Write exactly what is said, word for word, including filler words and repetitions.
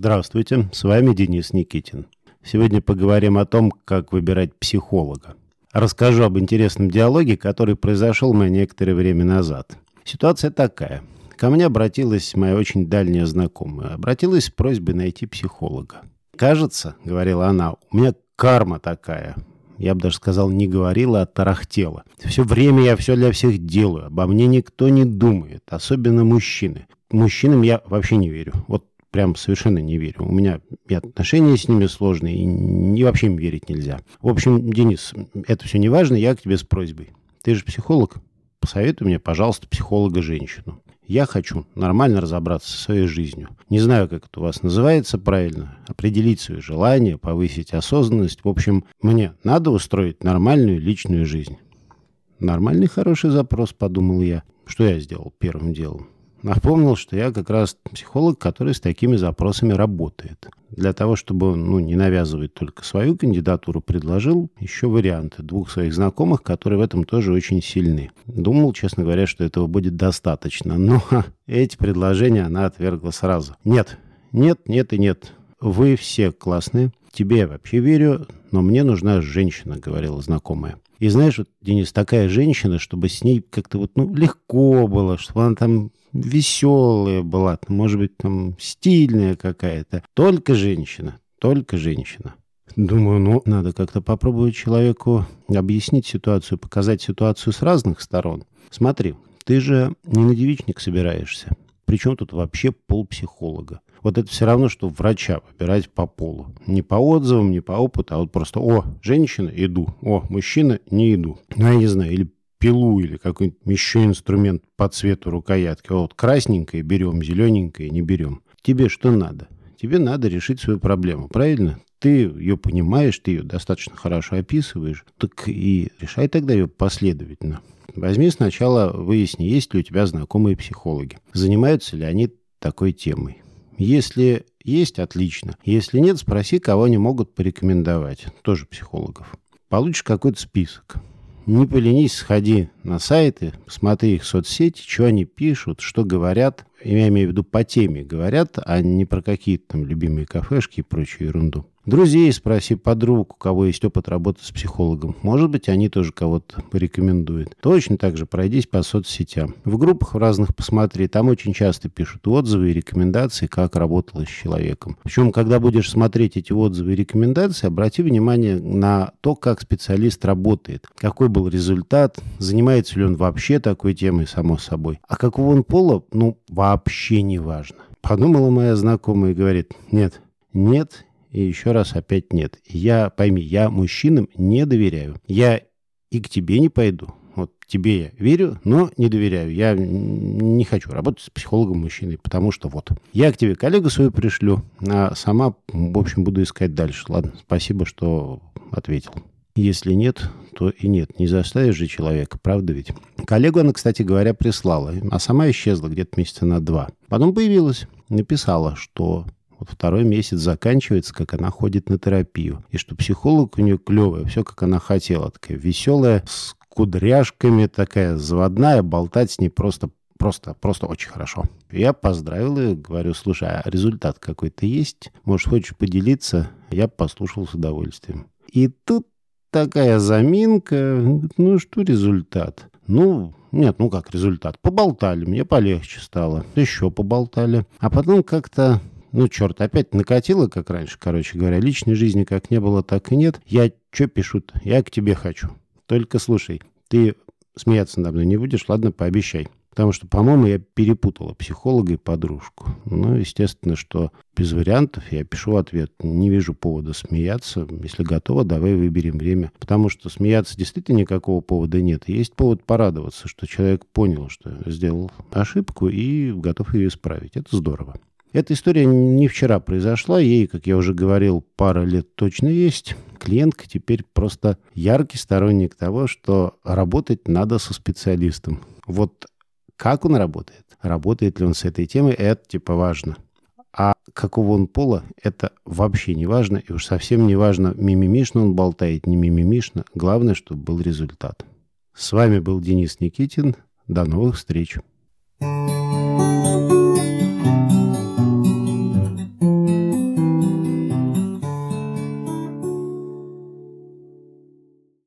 Здравствуйте, с вами Денис Никитин. Сегодня поговорим о том, как выбирать психолога. Расскажу об интересном диалоге, который произошел у меня некоторое время назад. Ситуация такая. Ко мне обратилась моя очень дальняя знакомая. Обратилась с просьбой найти психолога. «Кажется, — говорила она, — у меня карма такая». Я бы даже сказал, не говорила, а тарахтела. Все время я все для всех делаю. Обо мне никто не думает, особенно мужчины. Мужчинам я вообще не верю. Вот прям совершенно не верю. У меня и отношения с ними сложные, и, и вообще им верить нельзя. В общем, Денис, это все не важно, я к тебе с просьбой. Ты же психолог. Посоветуй мне, пожалуйста, психолога-женщину. Я хочу нормально разобраться со своей жизнью. Не знаю, как это у вас называется правильно. Определить свои желания, повысить осознанность. В общем, мне надо устроить нормальную личную жизнь. Нормальный, хороший запрос, подумал я. Что я сделал первым делом? Напомнил, что я как раз психолог, который с такими запросами работает. Для того, чтобы ну, не навязывать только свою кандидатуру, предложил еще варианты двух своих знакомых, которые в этом тоже очень сильны. Думал, честно говоря, что этого будет достаточно. Но эти предложения она отвергла сразу. Нет, нет, нет и нет. Вы все классные. Тебе я вообще верю, но мне нужна женщина, говорила знакомая. И знаешь, вот, Денис, такая женщина, чтобы с ней как-то вот, ну, легко было, чтобы она там веселая была, может быть, там стильная какая-то. Только женщина, только женщина. Думаю, ну, надо как-то попробовать человеку объяснить ситуацию, показать ситуацию с разных сторон. Смотри, ты же не на девичник собираешься. Причем тут вообще полпсихолога. Вот это все равно, что врача выбирать по полу. Не по отзывам, не по опыту, а вот просто «О, женщина, иду», «О, мужчина, не иду». Ну, я не знаю, или пилу, или какой-нибудь еще инструмент по цвету рукоятки. Вот красненькое берем, зелененькое не берем. Тебе что надо? Тебе надо решить свою проблему, правильно? Ты ее понимаешь, ты ее достаточно хорошо описываешь. Так и решай тогда ее последовательно. Возьми сначала, выясни, есть ли у тебя знакомые психологи. Занимаются ли они такой темой. Если есть, отлично. Если нет, спроси, кого они могут порекомендовать. Тоже психологов. Получишь какой-то список. Не поленись, сходи на сайты, посмотри их соцсети, что они пишут, что говорят. Я имею в виду по теме говорят, а не про какие-то там любимые кафешки и прочую ерунду. Друзей спроси, подруг, у кого есть опыт работы с психологом. Может быть, они тоже кого-то порекомендуют. Точно так же пройдись по соцсетям. В группах разных посмотри, там очень часто пишут отзывы и рекомендации, как работало с человеком. Причем, когда будешь смотреть эти отзывы и рекомендации, обрати внимание на то, как специалист работает, какой был результат, занимается ли он вообще такой темой, само собой. А какого он пола, ну, вообще не важно. Подумала моя знакомая и говорит, нет, нет, и еще раз опять нет. Я, пойми, я мужчинам не доверяю. Я и к тебе не пойду. Вот тебе я верю, но не доверяю. Я не хочу работать с психологом-мужчиной, потому что вот. Я к тебе коллегу свою пришлю, а сама, в общем, буду искать дальше. Ладно, спасибо, что ответил. Если нет, то и нет. Не заставишь же человека, правда ведь? Коллегу она, кстати говоря, прислала, а сама исчезла где-то месяца на два. Потом появилась, написала, что вот второй месяц заканчивается, как она ходит на терапию. И что психолог у нее клевая, все как она хотела. Такая веселая, с кудряшками, такая заводная, болтать с ней просто, просто, просто очень хорошо. Я поздравил ее, говорю, слушай, а результат какой-то есть? Может, хочешь поделиться? Я послушал с удовольствием. И тут такая заминка. Ну, что результат? Ну, нет, ну как результат? Поболтали, мне полегче стало. Еще поболтали. А потом как-то... Ну, черт, опять накатило, как раньше, короче говоря. Личной жизни как не было, так и нет. Я что пишу-то? Я к тебе хочу. Только слушай, ты смеяться надо мной не будешь, ладно, пообещай. Потому что, по-моему, я перепутала психолога и подружку. Ну, естественно, что без вариантов я пишу ответ. Не вижу повода смеяться. Если готова, давай выберем время. Потому что смеяться действительно никакого повода нет. Есть повод порадоваться, что человек понял, что сделал ошибку и готов ее исправить. Это здорово. Эта история не вчера произошла, ей, как я уже говорил, пара лет точно есть. Клиентка теперь просто яркий сторонник того, что работать надо со специалистом. Вот как он работает, работает ли он с этой темой, это типа важно. А какого он пола, это вообще не важно, и уж совсем не важно, мимимишно он болтает, не мимимишно. Главное, чтобы был результат. С вами был Денис Никитин. До новых встреч.